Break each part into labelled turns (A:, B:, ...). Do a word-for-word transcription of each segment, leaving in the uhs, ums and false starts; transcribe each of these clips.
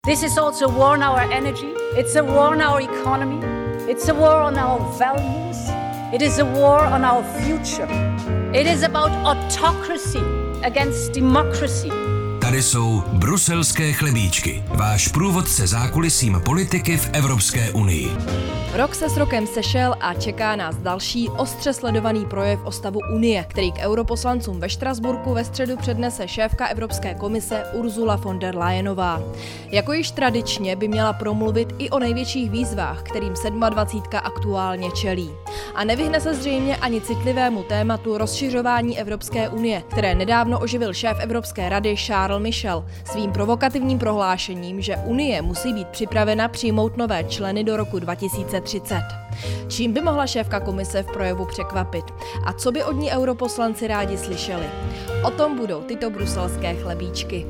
A: This is also a war on our energy. It's a war on our economy. It's a war on our values. It is a war on our future. It is about autocracy against democracy.
B: Tady jsou bruselské chlebíčky, váš průvodce zákulisím politiky v Evropské unii.
C: Rok se s rokem sešel a čeká nás další ostře sledovaný projev o stavu Unie, který k europoslancům ve Štrasburku ve středu přednese šéfka Evropské komise Ursula von der Leyenová. Jako již tradičně by měla promluvit i o největších výzvách, kterým dvacítka sedm aktuálně čelí. A nevyhne se zřejmě ani citlivému tématu rozšiřování Evropské unie, které nedávno oživil šéf Evropské rady Charles Michel svým provokativním prohlášením, že Unie musí být připravena přijmout nové členy do roku dva tisíce třicet. Čím by mohla šéfka komise v projevu překvapit? A co by od ní europoslanci rádi slyšeli? O tom budou tyto bruselské chlebíčky.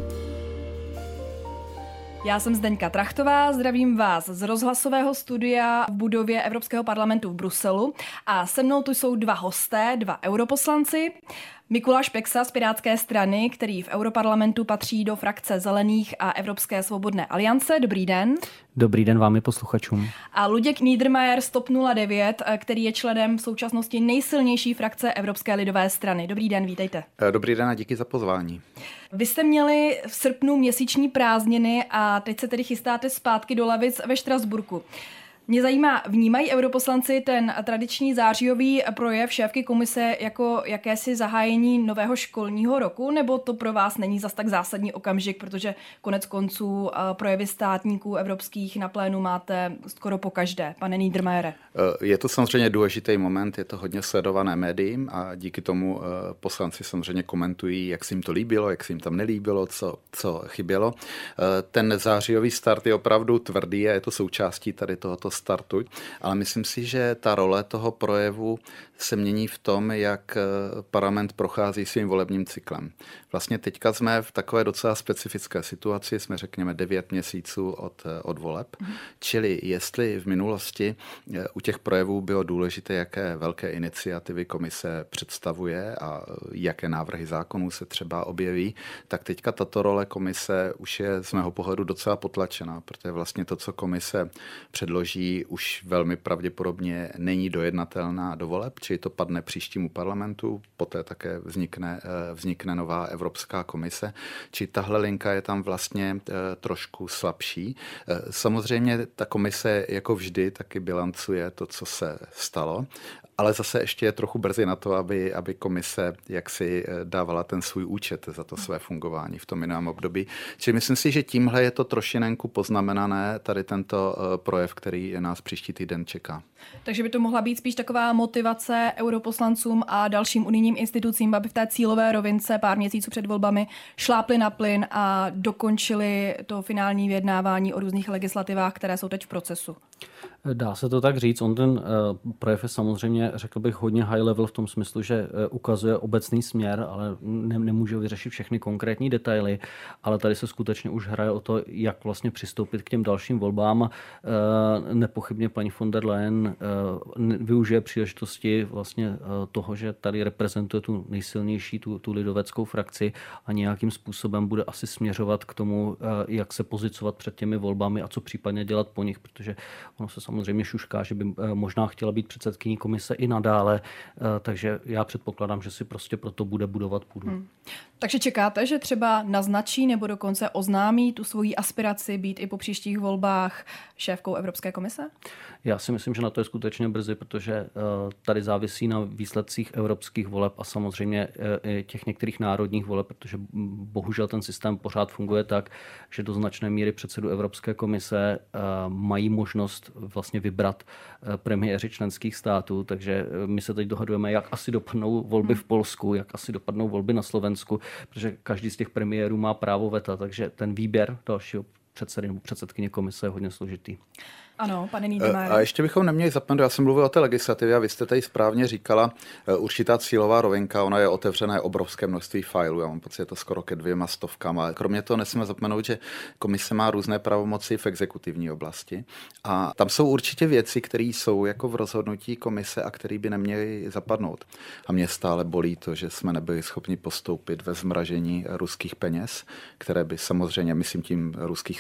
C: Já jsem Zdeňka Trachtová, zdravím vás z rozhlasového studia v budově Evropského parlamentu v Bruselu a se mnou tu jsou dva hosté, dva europoslanci. Mikuláš Peksa z Pirátské strany, který v Europarlamentu patří do frakce Zelených a Evropské svobodné aliance. Dobrý den.
D: Dobrý den vám i posluchačům.
C: A Luděk Niedermayer z TOP nula devět, který je členem v současnosti nejsilnější frakce Evropské lidové strany. Dobrý den, vítejte.
E: Dobrý den a díky za pozvání.
C: Vy jste měli v srpnu měsíční prázdniny a teď se tedy chystáte zpátky do lavic ve Štrasburku. Mě zajímá, vnímají europoslanci ten tradiční zářijový projev šéfky komise jako jakési zahájení nového školního roku, nebo to pro vás není zas tak zásadní okamžik, protože konec konců projevy státníků evropských na plénu máte skoro pokaždé, pane Niedermayere?
E: Je to samozřejmě důležitý moment, je to hodně sledované médiím a díky tomu poslanci samozřejmě komentují, jak se jim to líbilo, jak se jim tam nelíbilo, co, co chybělo. Ten zářijový start je opravdu tvrdý a je to součástí tady tohoto startu, ale myslím si, že ta role toho projevu se mění v tom, jak parlament prochází svým volebním cyklem. Vlastně teďka jsme v takové docela specifické situaci, jsme řekněme devět měsíců od, od voleb, mm. čili jestli v minulosti u těch projevů bylo důležité, jaké velké iniciativy komise představuje a jaké návrhy zákonů se třeba objeví, tak teďka tato role komise už je z mého pohledu docela potlačená, protože vlastně to, co komise předloží, už velmi pravděpodobně není dojednatelná do voleb, čili to padne příštímu parlamentu, poté také vznikne, vznikne nová Evropská komise, čili tahle linka je tam vlastně trošku slabší. Samozřejmě ta komise jako vždy taky bilancuje to, co se stalo, ale zase ještě je trochu brzy na to, aby, aby komise jaksi dávala ten svůj účet za to své fungování v tom jiném období. Čili myslím si, že tímhle je to trošinenku poznamenané tady tento projev, který nás příští týden čeká.
C: Takže by to mohla být spíš taková motivace europoslancům a dalším unijním institucím, aby v té cílové rovince pár měsíců před volbami šlápli na plyn a dokončili to finální vyjednávání o různých legislativách, které jsou teď v procesu.
D: Dá se to tak říct. On ten uh, projev je samozřejmě, řekl bych, hodně high level v tom smyslu, že uh, ukazuje obecný směr, ale ne, nemůže vyřešit všechny konkrétní detaily, ale tady se skutečně už hraje o to, jak vlastně přistoupit k těm dalším volbám. Uh, nepochybně paní von der Leyen uh, využije příležitosti vlastně uh, toho, že tady reprezentuje tu nejsilnější, tu, tu lidoveckou frakci a nějakým způsobem bude asi směřovat k tomu, uh, jak se pozicovat před těmi volbami a co případně dělat po nich, protože ono se samozřejmě šušká, že by možná chtěla být předsedkyní komise i nadále, takže já předpokládám, že si prostě proto bude budovat půdu. Hmm.
C: Takže čekáte, že třeba naznačí nebo dokonce oznámí tu svoji aspiraci být i po příštích volbách šéfkou Evropské komise?
D: Já si myslím, že na to je skutečně brzy, protože tady závisí na výsledcích evropských voleb a samozřejmě i těch některých národních voleb, protože bohužel ten systém pořád funguje tak, že do značné míry předsedu Evropské komise mají možnost vlastně vybrat premiéři členských států, takže my se teď dohadujeme, jak asi dopadnou volby v Polsku, jak asi dopadnou volby na Slovensku, protože každý z těch premiérů má právo veta, takže ten výběr dalšího předsedy nebo předsedkyně komise je hodně složitý.
C: Ano, pane Niedermayer.
E: A ještě bychom neměli zapomenout, já jsem mluvil o té legislativě a vy jste tady správně říkala, určitá cílová rovinka, ona je otevřená, je obrovské množství failů, já mám pocit, je to skoro ke dvěma stovkám, ale kromě toho nesmíme zapomenout, že komise má různé pravomoci v exekutivní oblasti a tam jsou určitě věci, které jsou jako v rozhodnutí komise a které by neměly zapadnout. A mě stále bolí to, že jsme nebyli schopni postoupit ve zmražení ruských peněz, které by samozřejmě, myslím tím ruských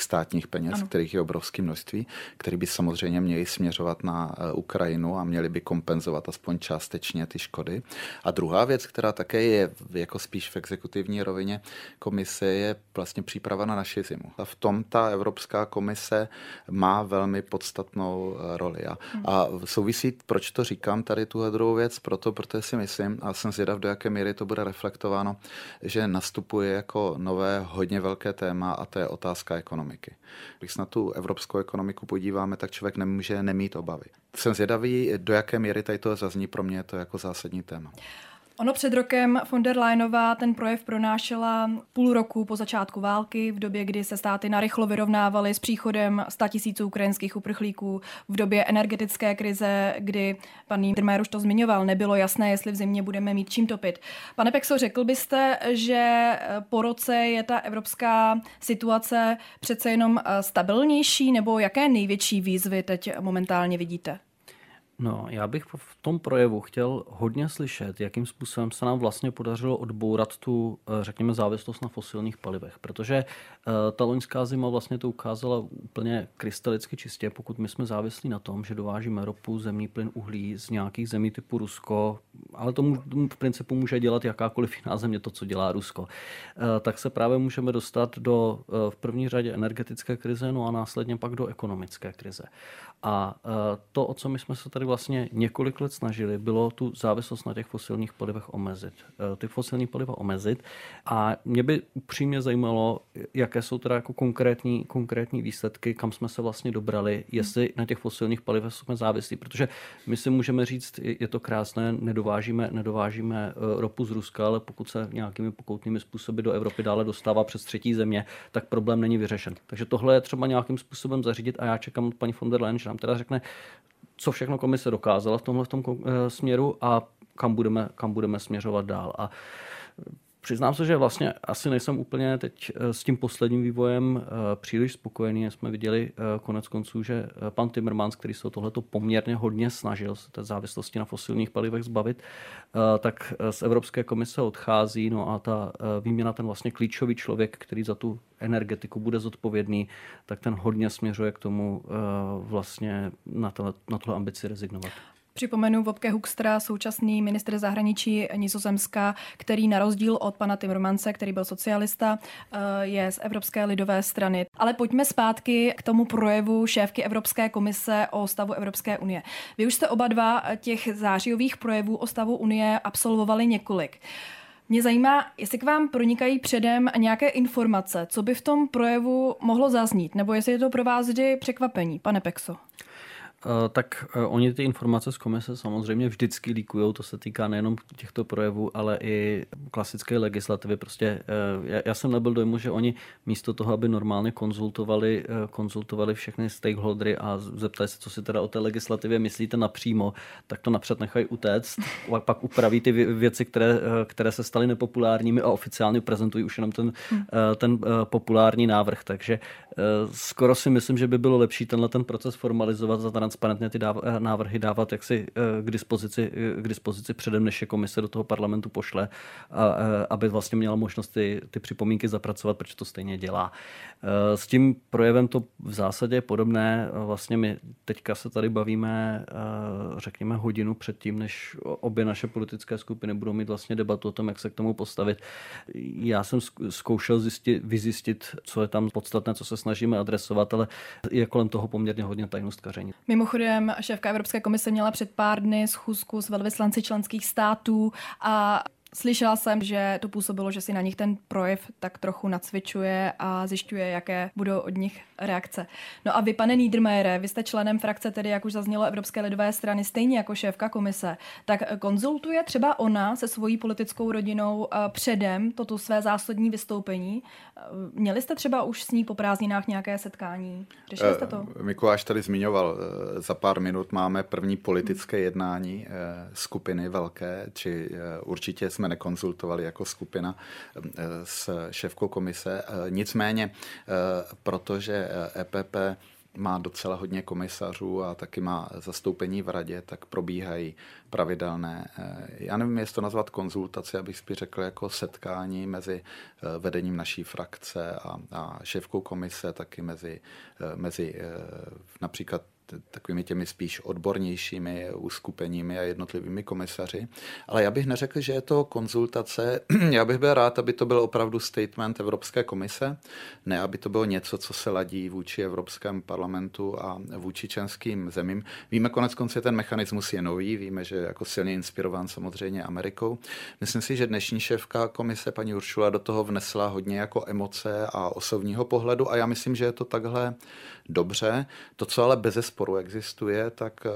E: státních peněz, ano. kterých je obrovské množství, které by samozřejmě měly směřovat na Ukrajinu a měly by kompenzovat aspoň částečně ty škody. A druhá věc, která také je jako spíš v exekutivní rovině komise, je vlastně příprava na naši zimu. A v tom ta Evropská komise má velmi podstatnou roli. A, hmm. a souvisí, proč to říkám tady tuhle druhou věc, proto, protože si myslím, a jsem zvědav, do jaké míry to bude reflektováno, že nastupuje jako nové hodně velké téma a to je otázka ekonomiky. Když se na tu evropskou ekonomiku podíváme, tak člověk nemůže nemít obavy. Jsem zvědavý, do jaké míry tady to zazní, pro mě je to jako zásadní téma.
C: Ono před rokem von der Leyenová ten projev pronášela půl roku po začátku války, v době, kdy se státy narychlo vyrovnávaly s příchodem sta tisíců ukrajinských uprchlíků, v době energetické krize, kdy pan Niedermayer už to zmiňoval, nebylo jasné, jestli v zimě budeme mít čím topit. Pane Pekso, řekl byste, že po roce je ta evropská situace přece jenom stabilnější, nebo jaké největší výzvy teď momentálně vidíte?
D: No, já bych v tom projevu chtěl hodně slyšet, jakým způsobem se nám vlastně podařilo odbourat tu, řekněme, závislost na fosilních palivech, protože ta loňská zima vlastně to ukázala úplně krystalicky čistě, pokud my jsme závislí na tom, že dovážíme ropu, zemní plyn, uhlí z nějakých zemí typu Rusko, ale to v principu může dělat jakákoliv jiná země, to, co dělá Rusko, tak se právě můžeme dostat do v první řadě energetické krize, no a následně pak do ekonomické krize. A to, o co my jsme se tady vlastně několik let snažili, bylo tu závislost na těch fosilních palivech omezit. Ty fosilní paliva omezit. A mě by upřímně zajímalo, jaké jsou teda jako konkrétní, konkrétní výsledky, kam jsme se vlastně dobrali, jestli na těch fosilních palivech jsme závislí. Protože my si můžeme říct, je to krásné, nedovážíme, nedovážíme ropu z Ruska, ale pokud se nějakými pokoutnými způsoby do Evropy dále dostává přes třetí země, tak problém není vyřešen. Takže tohle je třeba nějakým způsobem zařídit a já čekám od paní von der Leyen, že nám teda řekne, co všechno komise dokázala v tomhle v tom směru a kam budeme, kam budeme směřovat dál. A přiznám se, že vlastně asi nejsem úplně teď s tím posledním vývojem příliš spokojený. Jsme viděli konec konců, že pan Timmermans, který se o tohleto poměrně hodně snažil se té závislosti na fosilních palivech zbavit, tak z Evropské komise odchází. No a ta výměna, ten vlastně klíčový člověk, který za tu energetiku bude zodpovědný, tak ten hodně směřuje k tomu vlastně na tohle, na tohle ambici rezignovat.
C: Připomenu Wopke Hoekstra, současný ministr zahraničí Nizozemska, který na rozdíl od pana Timmermanse, který byl socialista, je z Evropské lidové strany. Ale pojďme zpátky k tomu projevu šéfky Evropské komise o stavu Evropské unie. Vy už jste oba dva těch zářijových projevů o stavu unie absolvovali několik. Mě zajímá, jestli k vám pronikají předem nějaké informace, co by v tom projevu mohlo zaznít, nebo jestli je to pro vás vždy překvapení, pane Pekso.
D: Tak oni ty informace z komise samozřejmě vždycky líkujou, to se týká nejenom těchto projevů, ale i klasické legislativy. Prostě já jsem nebyl dojmu, že oni místo toho, aby normálně konzultovali, konzultovali všechny stakeholdery a zeptali se, co si teda o té legislativě myslíte napřímo, tak to napřed nechají utéct, a pak upraví ty věci, které, které se staly nepopulárními a oficiálně prezentují už jenom ten, hmm. ten populární návrh. Takže skoro si myslím, že by bylo lepší tenhle ten proces formalizovat za transparentně ty dáv- návrhy dávat jaksi k dispozici, k dispozici předem, než je komise do toho parlamentu pošle, a, aby vlastně měla možnost ty, ty připomínky zapracovat, protože to stejně dělá. S tím projevem to v zásadě je podobné. Vlastně my teďka se tady bavíme, řekněme, hodinu předtím, než obě naše politické skupiny budou mít vlastně debatu o tom, jak se k tomu postavit. Já jsem zkoušel zjistit, vyzjistit, co je tam podstatné, co se snažíme adresovat, ale je kolem toho poměrně hodně tajnostkaření.
C: Mimochodem, šéfka Evropské komise měla před pár dny schůzku s velvyslanci členských států a slyšela jsem, že to působilo, že si na nich ten projev tak trochu nacvičuje a zjišťuje, jaké budou od nich reakce. No a vy, pane Niedermayere, vy jste členem frakce, tedy jak už zaznělo, Evropské lidové strany, stejně jako šéfka komise. Tak konzultuje třeba ona se svojí politickou rodinou předem toto své zásadní vystoupení? Měli jste třeba už s ní po prázdninách nějaké setkání? Řešili jste to?
E: Mikuláš tady zmiňoval, za pár minut máme první politické jednání skupiny velké, či určitě jsme nekonzultovali jako skupina s šéfkou komise. Nicméně, protože E P P má docela hodně komisařů a taky má zastoupení v radě, tak probíhají pravidelné, já nevím, jestli to nazvat konzultace, abych spíš řekl jako setkání mezi vedením naší frakce a, a šéfkou komise, taky mezi, mezi například takovými těmi spíš odbornějšími uskupeními a jednotlivými komisaři. Ale já bych neřekl, že je to konzultace. Já bych byl rád, aby to byl opravdu statement Evropské komise, ne aby to bylo něco, co se ladí vůči Evropskému parlamentu a vůči členským zemím. Víme konec konců, ten mechanismus je nový, víme, že je jako silně inspirován samozřejmě Amerikou. Myslím si, že dnešní šéfka komise, paní Ursula, do toho vnesla hodně jako emoce a osobního pohledu a já myslím, že je to takhle dobře. To, co ale bezesporu existuje, tak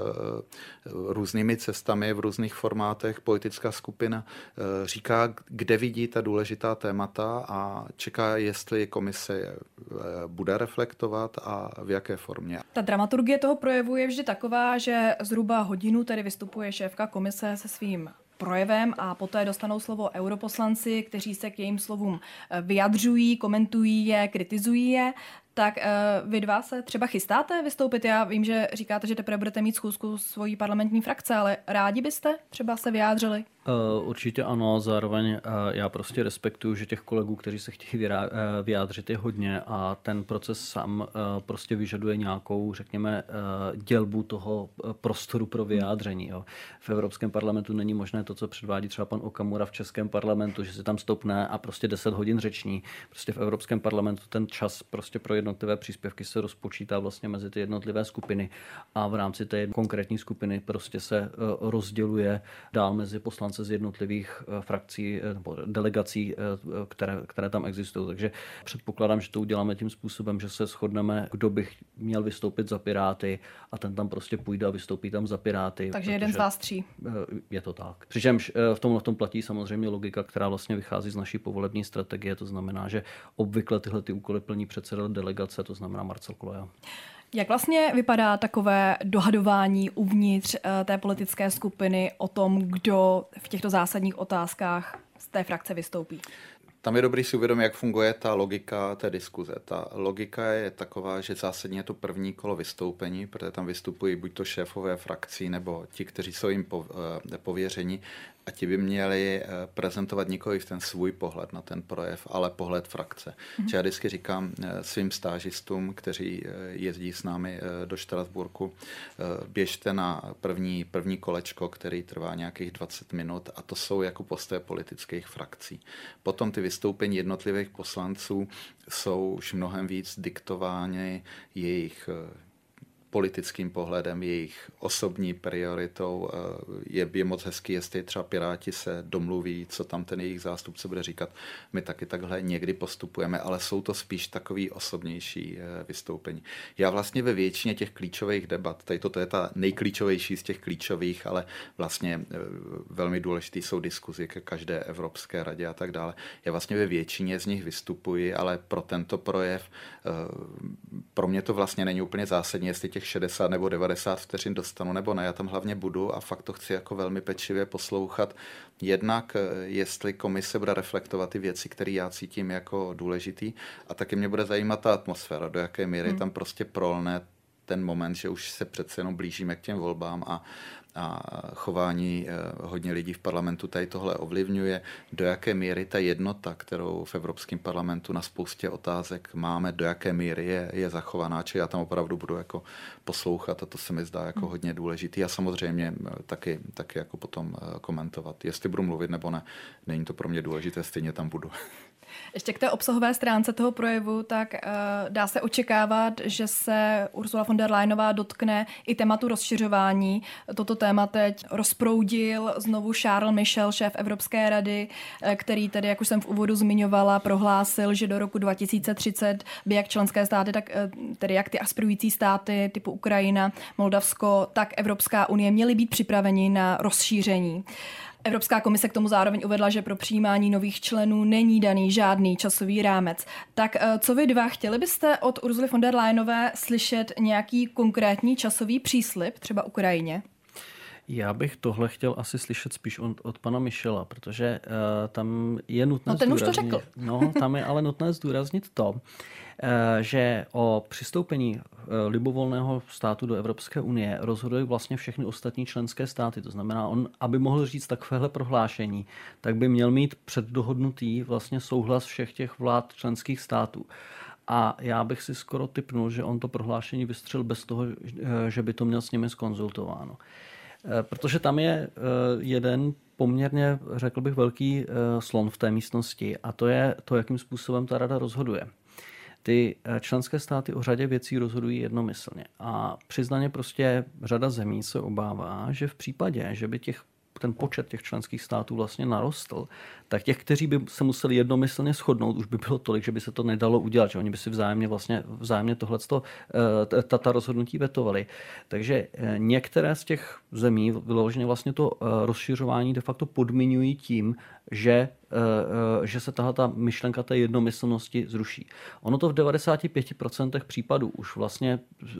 E: různými cestami v různých formátech politická skupina říká, kde vidí ta důležitá témata a čeká, jestli komise bude reflektovat a v jaké formě.
F: Ta dramaturgie toho projevu je vždy taková, že zhruba hodinu tedy vystupuje šéfka komise se svým projevem a poté dostanou slovo europoslanci, kteří se k jejím slovům vyjadřují, komentují je, kritizují je. Tak vy dva se třeba chystáte vystoupit? Já vím, že říkáte, že teprve budete mít schůzku svojí parlamentní frakce, ale rádi byste třeba se vyjádřili?
D: Uh, určitě ano, zároveň uh, já prostě respektuju, že těch kolegů, kteří se chtějí vyrá, uh, vyjádřit, je hodně a ten proces sám uh, prostě vyžaduje nějakou, řekněme, uh, dělbu toho uh, prostoru pro vyjádření. Jo. V Evropském parlamentu není možné to, co předvádí třeba pan Okamura v Českém parlamentu, že se tam stoupne a prostě deset hodin řeční. Prostě v Evropském parlamentu ten čas prostě pro jednotlivé příspěvky se rozpočítá vlastně mezi ty jednotlivé skupiny a v rámci té konkrétní skupiny prostě se uh, rozděluje dál mezi poslanci z jednotlivých frakcí nebo delegací, které, které tam existují. Takže předpokládám, že to uděláme tím způsobem, že se shodneme, kdo by měl vystoupit za Piráty a ten tam prostě půjde a vystoupí tam za Piráty.
F: Takže jeden z vás tří.
D: Je to tak. Přičemž v tom, v tom platí samozřejmě logika, která vlastně vychází z naší povolební strategie. To znamená, že obvykle tyhle ty úkoly plní předseda delegace, to znamená Marcel Kolaja.
F: Jak vlastně vypadá takové dohadování uvnitř té politické skupiny o tom, kdo v těchto zásadních otázkách z té frakce vystoupí?
E: Tam je dobrý si uvědomit, jak funguje ta logika té diskuze. Ta logika je taková, že zásadně je to první kolo vystoupení, protože tam vystupují buď to šéfové frakcí, nebo ti, kteří jsou jim pověřeni, a ti by měli prezentovat nikoliv ten svůj pohled na ten projev, ale pohled frakce. Mm-hmm. Já vždycky říkám svým stážistům, kteří jezdí s námi do Štrasburku, běžte na první, první kolečko, který trvá nějakých dvacet minut a to jsou jako postoje politických frakcí. Potom ty vystoupení jednotlivých poslanců jsou už mnohem víc diktovány jejich politickým pohledem, jejich osobní prioritou. Je, je moc hezký, jestli třeba Piráti se domluví, co tam ten jejich zástupce bude říkat. My taky takhle někdy postupujeme, ale jsou to spíš takový osobnější vystoupení. Já vlastně ve většině těch klíčových debat, tady toto je ta nejklíčovější z těch klíčových, ale vlastně velmi důležitý jsou diskuzi ke každé Evropské radě a tak dále. Já vlastně ve většině z nich vystupuji, ale pro tento projev, pro mě to vlastně není úplně zásadní, jestli těch šedesát nebo devadesát vteřin dostanu nebo ne, já tam hlavně budu a fakt to chci jako velmi pečlivě poslouchat. Jednak, jestli komise bude reflektovat ty věci, které já cítím jako důležitý a taky mě bude zajímat ta atmosféra, do jaké míry hmm. tam prostě prolne ten moment, že už se přece jenom blížíme k těm volbám a, a chování hodně lidí v parlamentu tady tohle ovlivňuje, do jaké míry ta jednota, kterou v Evropském parlamentu na spoustě otázek máme, do jaké míry je, je zachovaná, či já tam opravdu budu jako poslouchat a to se mi zdá jako hodně důležitý a samozřejmě taky, taky jako potom komentovat, jestli budu mluvit nebo ne, není to pro mě důležité, stejně tam budu.
F: Ještě k té obsahové stránce toho projevu, tak uh, dá se očekávat, že se Ursula von der Leyenová dotkne i tématu rozšiřování. Toto téma teď rozproudil znovu Charles Michel, šéf Evropské rady, který tedy, jak už jsem v úvodu zmiňovala, prohlásil, že do roku dva tisíce třicet by jak členské státy, tak tedy jak ty aspirující státy typu Ukrajina, Moldavsko, tak Evropská unie měly být připraveni na rozšíření. Evropská komise k tomu zároveň uvedla, že pro přijímání nových členů není daný žádný časový rámec. Tak co vy dva, chtěli byste od Ursuly von der Leyenové slyšet nějaký konkrétní časový příslib, třeba Ukrajině?
D: Já bych tohle chtěl asi slyšet spíš od, od pana Michela, protože uh, tam je nutné
F: no, ten
D: zdůraznit...
F: už to řekl.
D: No, tam je ale nutné zdůraznit to, uh, že o přistoupení uh, libovolného státu do Evropské unie rozhodují vlastně všechny ostatní členské státy. To znamená, on, aby mohl říct takovéhle prohlášení, tak by měl mít předdohodnutý vlastně souhlas všech těch vlád členských států. A já bych si skoro tipnul, že on to prohlášení vystřelil bez toho, že by to měl s nimi zkonzultováno. Protože tam je jeden poměrně, řekl bych, velký slon v té místnosti a to je to, jakým způsobem ta rada rozhoduje. Ty členské státy o řadě věcí rozhodují jednomyslně a přiznaně prostě řada zemí se obává, že v případě, že by těch ten počet těch členských států vlastně narostl, tak těch, kteří by se museli jednomyslně shodnout, už by bylo tolik, že by se to nedalo udělat, že oni by si vzájemně vlastně vzájemně tohleto, ta rozhodnutí vetovali. Takže některé z těch zemí vyloženě vlastně to rozšiřování de facto podmiňují tím, že, že se tahle ta myšlenka té jednomyslnosti zruší. Ono to v devadesát pět procent případů už vlastně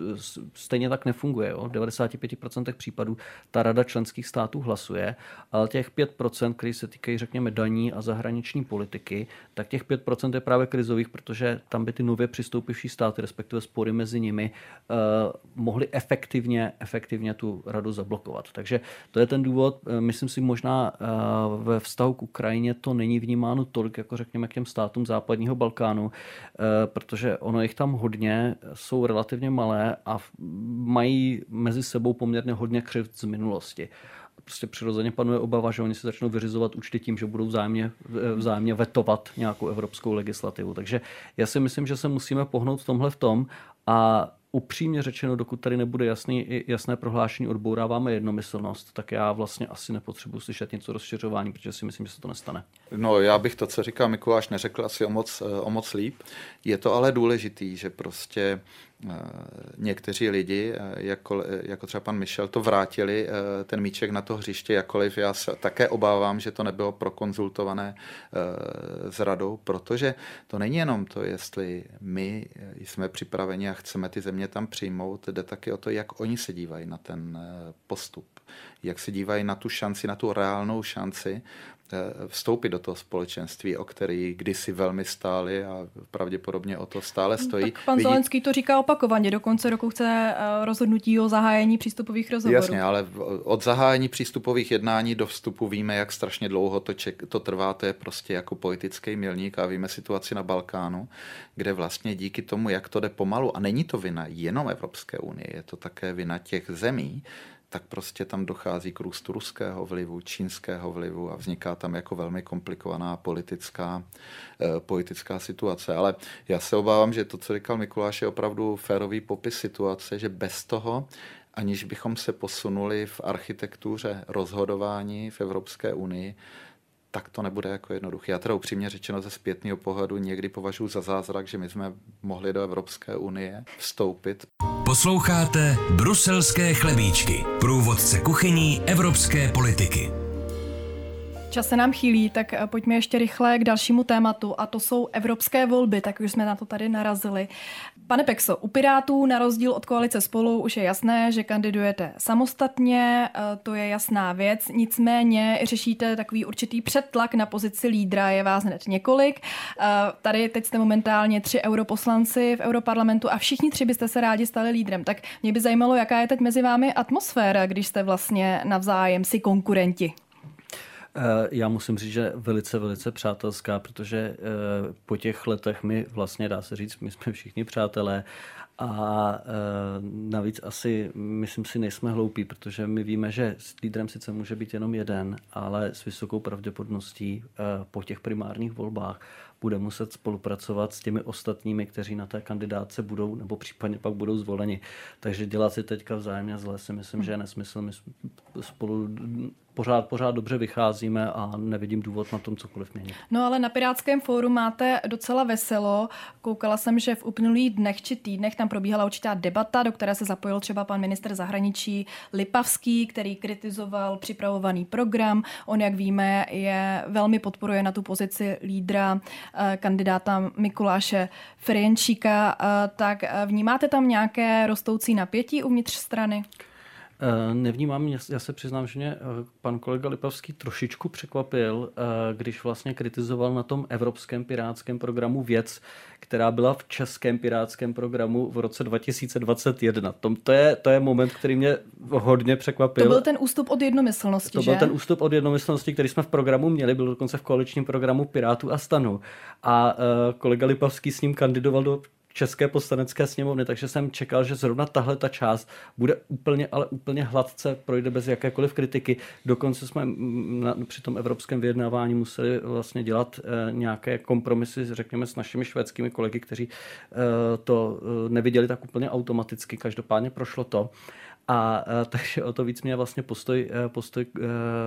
D: stejně tak nefunguje. Jo? V devadesát pět procent případů ta rada členských států hlasuje, ale těch pět procent, který se týkají, řekněme, daní a zahraniční politiky, tak těch pět procent je právě krizových, protože tam by ty nově přistoupivší státy, respektive spory mezi nimi, eh, mohly efektivně, efektivně tu radu zablokovat. Takže to je ten důvod, myslím si, možná eh, ve vztahu k Ukrajině to není vnímáno tolik, jako řekněme k těm státům západního Balkánu, eh, protože ono jich tam hodně, jsou relativně malé a mají mezi sebou poměrně hodně křivd z minulosti. Prostě přirozeně panuje obava, že oni se začnou vyřizovat účty tím, že budou vzájemně, vzájemně vetovat nějakou evropskou legislativu. Takže já si myslím, že se musíme pohnout v tomhle v tom a upřímně řečeno, dokud tady nebude jasný, jasné prohlášení, odbouráváme jednomyslnost, tak já vlastně asi nepotřebuji slyšet něco rozšiřování, protože si myslím, že se to nestane.
E: No, já bych to, co říkal Mikuláš, neřekl asi o moc, o moc líp. Je to ale důležitý, že prostě někteří lidi, jako, jako třeba pan Michel, to vrátili ten míček na to hřiště, jakkoliv já se také obávám, že to nebylo prokonzultované s radou, protože to není jenom to, jestli my jsme připraveni a chceme ty země tam přijmout, jde taky o to, jak oni se dívají na ten postup, jak se dívají na tu šanci, na tu reálnou šanci vstoupit do toho společenství, o který kdysi velmi stáli a pravděpodobně o to stále stojí.
F: Tak pan
E: Vidí...
F: Zelenský to říká opakovaně, do konce roku chce rozhodnutí o zahájení přístupových rozhovorů.
E: Jasně, ale od zahájení přístupových jednání do vstupu víme, jak strašně dlouho to, ček, to trvá, to je prostě jako politický milník a víme situaci na Balkánu, kde vlastně díky tomu, jak to jde pomalu, a není to vina jenom Evropské unie, je to také vina těch zemí, tak prostě tam dochází k růstu ruského vlivu, čínského vlivu a vzniká tam jako velmi komplikovaná politická, eh, politická situace. Ale já se obávám, že to, co říkal Mikuláš, je opravdu férový popis situace, že bez toho, aniž bychom se posunuli v architektuře rozhodování v Evropské unii, tak to nebude jako jednoduché. Já teda upřímně řečeno ze zpětného pohledu někdy považuji za zázrak, že my jsme mohli do Evropské unie vstoupit.
B: Posloucháte Bruselské chlebíčky, průvodce kuchyní evropské politiky.
F: Čas se nám chýlí, tak pojďme ještě rychle k dalšímu tématu a to jsou evropské volby, tak už jsme na to tady narazili. Pane Pekso, u Pirátů na rozdíl od koalice Spolu už je jasné, že kandidujete samostatně, to je jasná věc, nicméně řešíte takový určitý předtlak na pozici lídra, je vás hned několik. Tady teď jste momentálně tři europoslanci v Europarlamentu a všichni tři byste se rádi stali lídrem, tak mě by zajímalo, jaká je teď mezi vámi atmosféra, když jste vlastně navzájem si konkurenti.
D: Já musím říct, že velice, velice přátelská, protože po těch letech my vlastně, dá se říct, my jsme všichni přátelé a navíc asi, myslím si, nejsme hloupí, protože my víme, že s lídrem sice může být jenom jeden, ale s vysokou pravděpodobností po těch primárních volbách bude muset spolupracovat s těmi ostatními, kteří na té kandidátce budou, nebo případně pak budou zvoleni. Takže dělat si teďka vzájemně zle si myslím, že je nesmysl. My spolu pořád, pořád dobře vycházíme a nevidím důvod na tom cokoliv měnit.
F: No ale na Pirátském fóru máte docela veselo. Koukala jsem, že v uplynulých dnech či týdnech tam probíhala určitá debata, do které se zapojil třeba pan ministr zahraničí Lipavský, který kritizoval připravovaný program. On, jak víme, je velmi podporuje na tu pozici lídra kandidáta Mikuláše Ferjenčíka. Tak vnímáte tam nějaké rostoucí napětí uvnitř strany?
D: Nevnímám, já se přiznám, že mě pan kolega Lipavský trošičku překvapil, když vlastně kritizoval na tom evropském pirátském programu věc, která byla v českém pirátském programu v roce dva tisíce dvacet jedna. To je, to je moment, který mě hodně překvapil.
F: To byl ten ústup od jednomyslnosti,
D: To
F: že?
D: byl ten ústup od jednomyslnosti, který jsme v programu měli, byl dokonce v koaličním programu Pirátů a Stanu. A kolega Lipavský s ním kandidoval do České poslanecké sněmovny, takže jsem čekal, že zrovna tahle ta část bude úplně, ale úplně hladce, projde bez jakékoliv kritiky. Dokonce jsme na, při tom evropském vyjednávání museli vlastně dělat e, nějaké kompromisy, řekněme, s našimi švédskými kolegy, kteří e, to e, neviděli tak úplně automaticky. Každopádně prošlo to. A e, takže o to víc mě vlastně postoj, e, postoj e,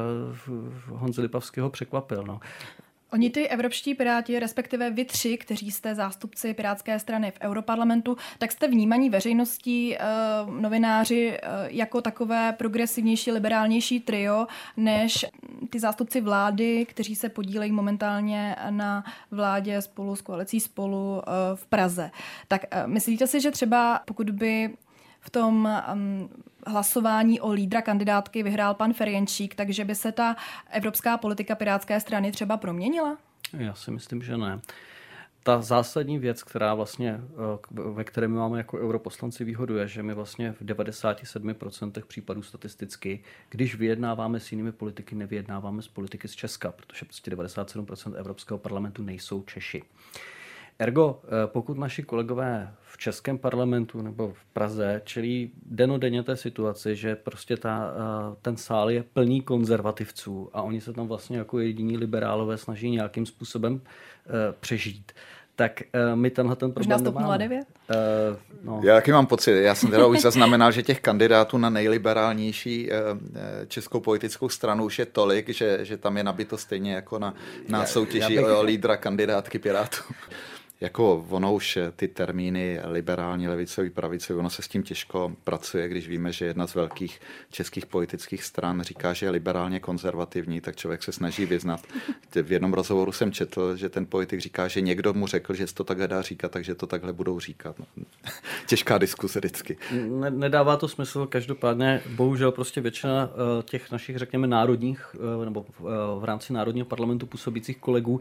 D: Honzy Lipavského překvapil. No.
F: Oni ty evropští piráti, respektive vy tři, kteří jste zástupci pirátské strany v Europarlamentu, tak jste vnímaní veřejností, novináři jako takové progresivnější, liberálnější trio, než ty zástupci vlády, kteří se podílejí momentálně na vládě spolu s koalicí Spolu v Praze. Tak myslíte si, že třeba pokud by v tom um, hlasování o lídra kandidátky vyhrál pan Ferjenčík, takže by se ta evropská politika pirátské strany třeba proměnila?
D: Já si myslím, že ne. Ta zásadní věc, která vlastně, ve které my máme jako europoslanci výhodu, je, že my vlastně v devadesát sedm procent případů statisticky, když vyjednáváme s jinými politiky, nevyjednáváme s politiky z Česka, protože prostě devadesát sedm procent Evropského parlamentu nejsou Češi. Ergo, pokud naši kolegové v českém parlamentu nebo v Praze čelí denodenně té situaci, že prostě ta, ten sál je plný konzervativců a oni se tam vlastně jako jediní liberálové snaží nějakým způsobem přežít, tak my tenhle ten problém
F: nemáme. Možná stop nula devět?
E: Uh, no. Já taky mám pocit, já jsem teda už zaznamenal, že těch kandidátů na nejliberálnější českou politickou stranu už je tolik, že, že tam je nabito stejně jako na, na soutěži bych... o lídra kandidátky Pirátů. Jako ono už ty termíny liberální, levicový, pravicový, ono se s tím těžko pracuje, když víme, že jedna z velkých českých politických stran říká, že je liberálně konzervativní, tak člověk se snaží vyznat. V jednom rozhovoru jsem četl, že ten politik říká, že někdo mu řekl, že se to takhle dá říkat, takže to takhle budou říkat. No. Těžká diskuse vždycky.
D: Ne, nedává to smysl, každopádně bohužel prostě většina těch našich, řekněme, národních nebo v rámci národního parlamentu působících kolegů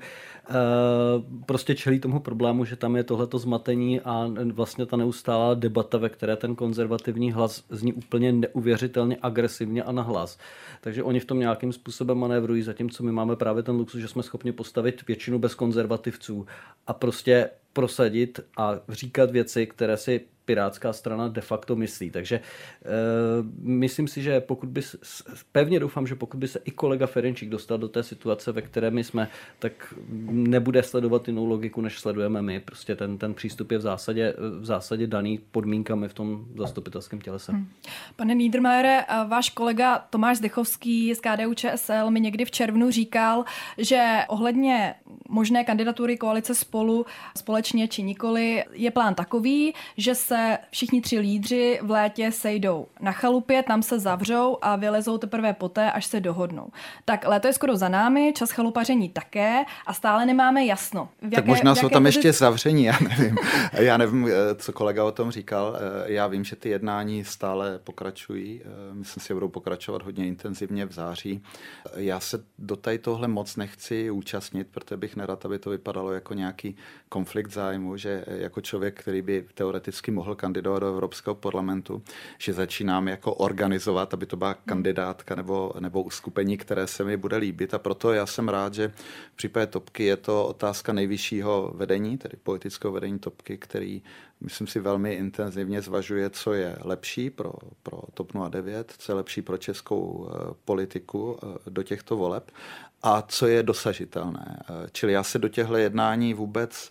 D: prostě čelí tomu problému, že tam je tohleto zmatení a vlastně ta neustálá debata, ve které ten konzervativní hlas zní úplně neuvěřitelně agresivně a nahlas. Takže oni v tom nějakým způsobem manévrují, zatímco my máme právě ten luxus, že jsme schopni postavit většinu bez konzervativců a prostě prosadit a říkat věci, které si pirátská strana de facto myslí. Takže e, myslím si, že pokud by, pevně doufám, že pokud by se i kolega Ferjenčík dostal do té situace, ve které my jsme, tak nebude sledovat jinou logiku, než sledujeme my. Prostě ten, ten přístup je v zásadě, v zásadě daný podmínkami v tom zastupitelském tělese. Hmm.
F: Pane Niedermayere, váš kolega Tomáš Zdechovský z K D U Č S L mi někdy v červnu říkal, že ohledně možné kandidatury koalice Spolu společně či nikoli je plán takový, že se všichni tři lídři v létě sejdou na chalupě, tam se zavřou a vylezou teprve poté, až se dohodnou. Tak léto je skoro za námi, čas chalupaření také a stále nemáme jasno.
E: Jaké, tak možná jsou tam ještě zavření, já nevím. Já nevím, co kolega o tom říkal. Já vím, že ty jednání stále pokračují. Myslím si, že budou pokračovat hodně intenzivně v září. Já se do tady tohle moc nechci účastnit, protože bych nerad, aby to vypadalo jako nějaký konflikt zájmu, že jako člověk, který by teoreticky mohl kandidovat do Evropského parlamentu, že začínám jako organizovat, aby to byla kandidátka nebo, nebo uskupení, které se mi bude líbit. A proto já jsem rád, že v případě Topky je to otázka nejvyššího vedení, tedy politického vedení Topky, který, myslím si, velmi intenzivně zvažuje, co je lepší pro, pro TOP nula devět, co je lepší pro českou politiku do těchto voleb a co je dosažitelné. Čili já se do těchto jednání vůbec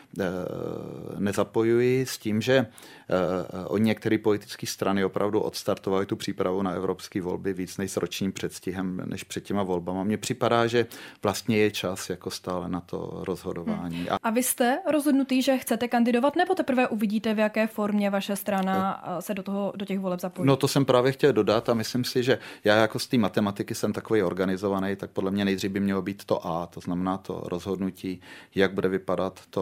E: nezapojuji s tím, že o některé politické strany opravdu odstartovaly tu přípravu na evropské volby víc než s ročním předstihem, než před těma volbama. Mně připadá, že vlastně je čas jako stále na to rozhodování.
F: Hmm. A vy jste rozhodnutý, že chcete kandidovat, nebo teprve uvidíte, v jaké formě vaše strana se do, toho, do těch voleb zapojí?
E: No to jsem právě chtěl dodat a myslím si, že já jako z té matematiky jsem takový organizovaný, tak podle mě nejdřív by mělo být to A, to znamená to rozhodnutí, jak bude vypadat to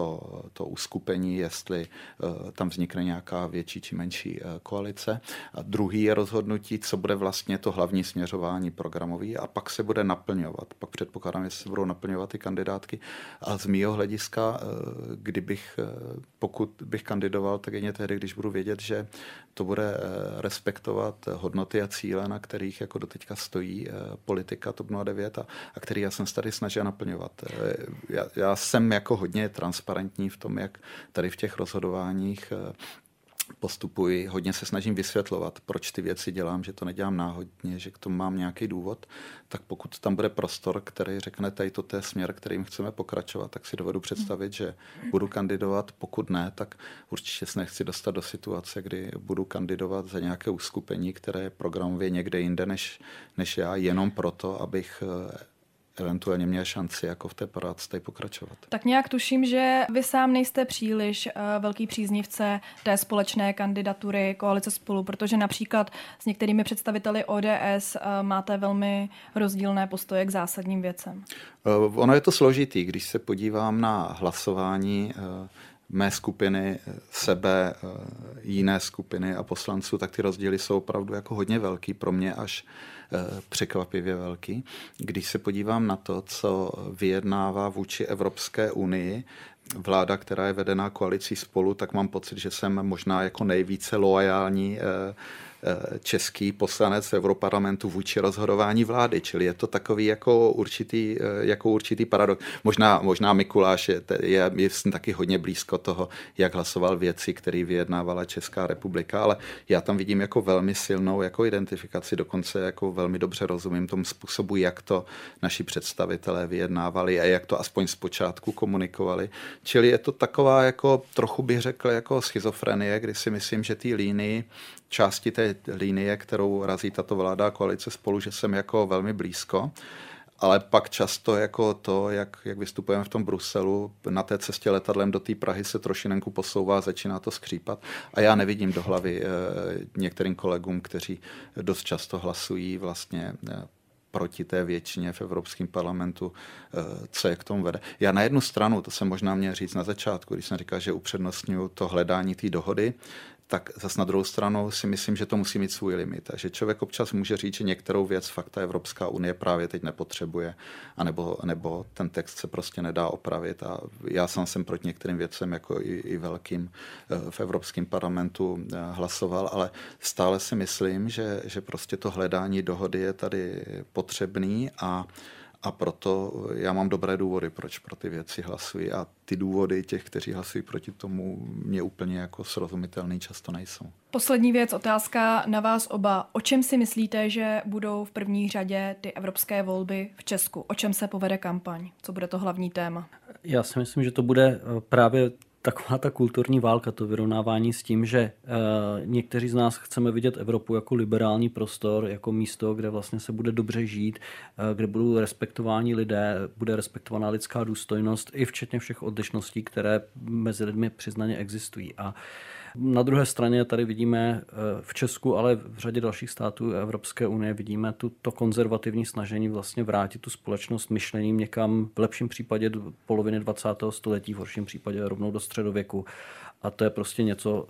E: to uskupení, jestli tam vznikne nějaká větší či menší koalice. A druhý je rozhodnutí, co bude vlastně to hlavní směřování programový a pak se bude naplňovat. Pak předpokládám, že se budou naplňovat ty kandidátky. A z mýho hlediska, kdybych, pokud bych kandidoval, tak jen tehdy, když budu vědět, že to bude respektovat hodnoty a cíle, na kterých jako doteďka stojí politika TOP nula devět a, a který já jsem se tady snažil naplňovat. Já, já jsem jako hodně transparentní v tom, jak tady v těch rozhodováních postupuji. Hodně se snažím vysvětlovat, proč ty věci dělám, že to nedělám náhodně, že k tomu mám nějaký důvod. Tak pokud tam bude prostor, který řekne, tady to je směr, kterým chceme pokračovat, tak si dovedu představit, že budu kandidovat. Pokud ne, tak určitě se nechci dostat do situace, kdy budu kandidovat za nějaké uskupení, které je programově někde jinde než, než já, jenom proto, abych eventuálně měl šanci jako v té práci tady pokračovat.
F: Tak nějak tuším, že vy sám nejste příliš uh, velký příznivce té společné kandidatury koalice Spolu, protože například s některými představiteli O D S uh, máte velmi rozdílné postoje k zásadním věcem.
E: Uh, ono je to složitý, když se podívám na hlasování uh, mé skupiny, sebe, jiné skupiny a poslanců, tak ty rozdíly jsou opravdu jako hodně velký, pro mě až překvapivě velký. Když se podívám na to, co vyjednává vůči Evropské unii vláda, která je vedená koalicí Spolu, tak mám pocit, že jsem možná jako nejvíce loajální český poslanec v Europarlamentu vůči rozhodování vlády, čili je to takový jako určitý, jako určitý paradox. Možná, možná Mikuláš je, je, je taky hodně blízko toho, jak hlasoval věci, které vyjednávala Česká republika, ale já tam vidím jako velmi silnou jako identifikaci, dokonce jako velmi dobře rozumím tomu způsobu, jak to naši představitelé vyjednávali a jak to aspoň zpočátku komunikovali. Čili je to taková jako trochu bych řekl jako schizofrenie, kdy si myslím, že ty línii části té linie, kterou razí tato vláda a koalice Spolu, že jsem jako velmi blízko, ale pak často jako to, jak, jak vystupujeme v tom Bruselu, na té cestě letadlem do té Prahy se trošinenku posouvá, začíná to skřípat a já nevidím do hlavy e, některým kolegům, kteří dost často hlasují vlastně e, proti té většině v Evropském parlamentu, co je k tomu vede. Já na jednu stranu, to jsem možná měl říct na začátku, když jsem říkal, že upřednostňuji to hledání té dohody, tak zas na druhou stranu si myslím, že to musí mít svůj limit. A že člověk občas může říct, že některou věc fakt ta Evropská unie právě teď nepotřebuje, anebo, nebo ten text se prostě nedá opravit. A já sám jsem proti některým věcem jako i, i velkým v Evropském parlamentu hlasoval, ale stále si myslím, že, že prostě to hledání dohody je tady potřebný a A proto já mám dobré důvody, proč pro ty věci hlasuji. A ty důvody těch, kteří hlasují proti tomu, mě úplně jako srozumitelný často nejsou.
F: Poslední věc, otázka na vás oba. O čem si myslíte, že budou v první řadě ty evropské volby v Česku? O čem se povede kampaň? Co bude to hlavní téma?
D: Já si myslím, že to bude právě taková ta kulturní válka, to vyrovnávání s tím, že uh, někteří z nás chceme vidět Evropu jako liberální prostor, jako místo, kde vlastně se bude dobře žít, uh, kde budou respektováni lidé, bude respektovaná lidská důstojnost, i včetně všech odlišností, které mezi lidmi přiznaně existují. A na druhé straně tady vidíme v Česku, ale v řadě dalších států Evropské unie vidíme tu, to konzervativní snažení vlastně vrátit tu společnost myšlením někam v lepším případě do poloviny dvacátého století, v horším případě rovnou do středověku. A to je prostě něco,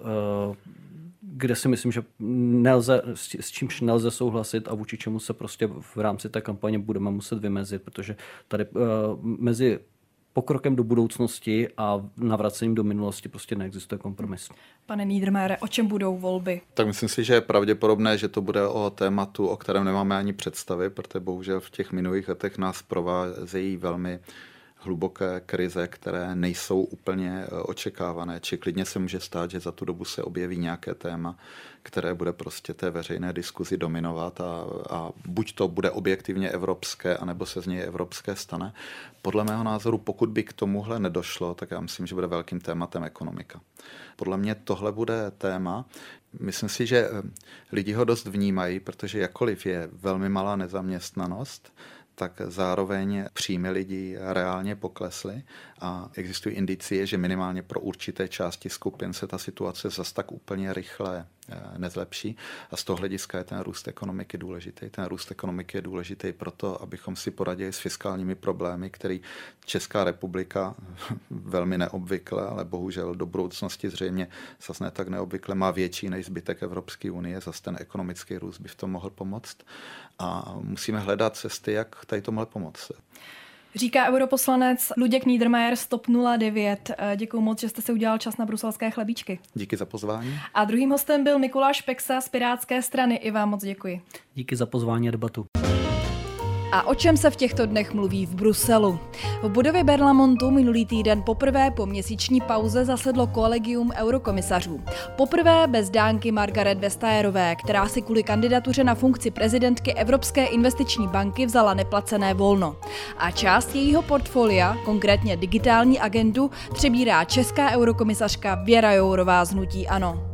D: kde si myslím, že nelze, s čímž nelze souhlasit a vůči čemu se prostě v rámci té kampaně budeme muset vymezit, protože tady mezi pokrokem do budoucnosti a navracením do minulosti prostě neexistuje kompromis.
F: Pane Niedermayere, o čem budou volby?
E: Tak myslím si, že je pravděpodobné, že to bude o tématu, o kterém nemáme ani představy, protože bohužel v těch minulých letech nás provázejí velmi hluboké krize, které nejsou úplně očekávané. Či klidně se může stát, že za tu dobu se objeví nějaké téma, které bude prostě té veřejné diskuzi dominovat a, a buď to bude objektivně evropské, anebo se z něj evropské stane. Podle mého názoru, pokud by k tomuhle nedošlo, tak já myslím, že bude velkým tématem ekonomika. Podle mě tohle bude téma. Myslím si, že lidi ho dost vnímají, protože jakkoliv je velmi malá nezaměstnanost, tak zároveň příjmy lidí reálně poklesly a existují indicie, že minimálně pro určité části skupin se ta situace zas tak úplně rychle nezlepší. A z toho hlediska je ten růst ekonomiky důležitý. Ten růst ekonomiky je důležitý proto, abychom si poradili s fiskálními problémy, který Česká republika velmi neobvykle, ale bohužel do budoucnosti zřejmě zase ne tak neobvykle má větší než zbytek Evropské unie. Zase ten ekonomický růst by v tom mohl pomoct. A musíme hledat cesty, jak tady to mohl pomoct.
F: Říká europoslanec Luděk Niedermayer z TOP nula devět. Děkuju moc, že jste si udělal čas na bruselské chlebíčky.
E: Díky za pozvání.
F: A druhým hostem byl Mikuláš Peksa z Pirátské strany. I vám moc děkuji.
D: Díky za pozvání a debatu.
C: A o čem se v těchto dnech mluví v Bruselu? V budově Berlamontu minulý týden poprvé po měsíční pauze zasedlo kolegium eurokomisařů. Poprvé bez dánky Margaret Vestagerové, která si kvůli kandidatuře na funkci prezidentky Evropské investiční banky vzala neplacené volno. A část jejího portfolia, konkrétně digitální agendu, přebírá česká eurokomisařka Věra Jourová z hnutí ANO.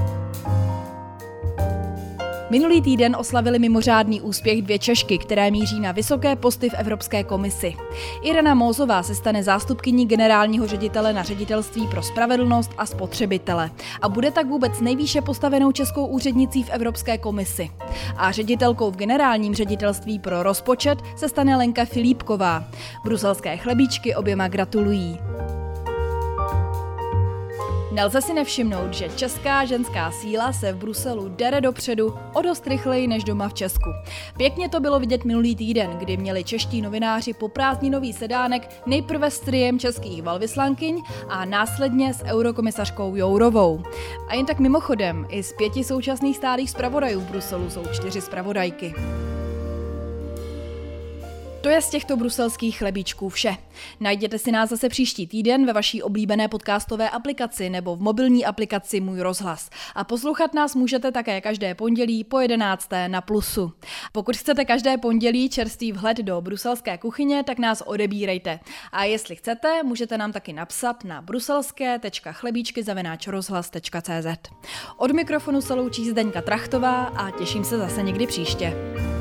C: Minulý týden oslavili mimořádný úspěch dvě Češky, které míří na vysoké posty v Evropské komisi. Irena Mózová se stane zástupkyní generálního ředitele na ředitelství pro spravedlnost a spotřebitele a bude tak vůbec nejvýše postavenou českou úřednicí v Evropské komisi. A ředitelkou v generálním ředitelství pro rozpočet se stane Lenka Filipková. Bruselské chlebíčky oběma gratulují. Nelze si nevšimnout, že česká ženská síla se v Bruselu dere dopředu o dost rychleji než doma v Česku. Pěkně to bylo vidět minulý týden, kdy měli čeští novináři poprázdninový sedánek nejprve s triem českých velvyslankyň a následně s eurokomisařkou Jourovou. A jen tak mimochodem, i z pěti současných stálých zpravodajů v Bruselu jsou čtyři zpravodajky. To je z těchto bruselských chlebíčků vše. Najděte si nás zase příští týden ve vaší oblíbené podcastové aplikaci nebo v mobilní aplikaci Můj rozhlas. A poslouchat nás můžete také každé pondělí po jedenácté na Plusu. Pokud chcete každé pondělí čerstvý vhled do bruselské kuchyně, tak nás odebírejte. A jestli chcete, můžete nám taky napsat na bruselské tečka chlebíčky zavináč rozhlas tečka cé zet. Od mikrofonu se loučí Zdeňka Trachtová a těším se zase někdy příště.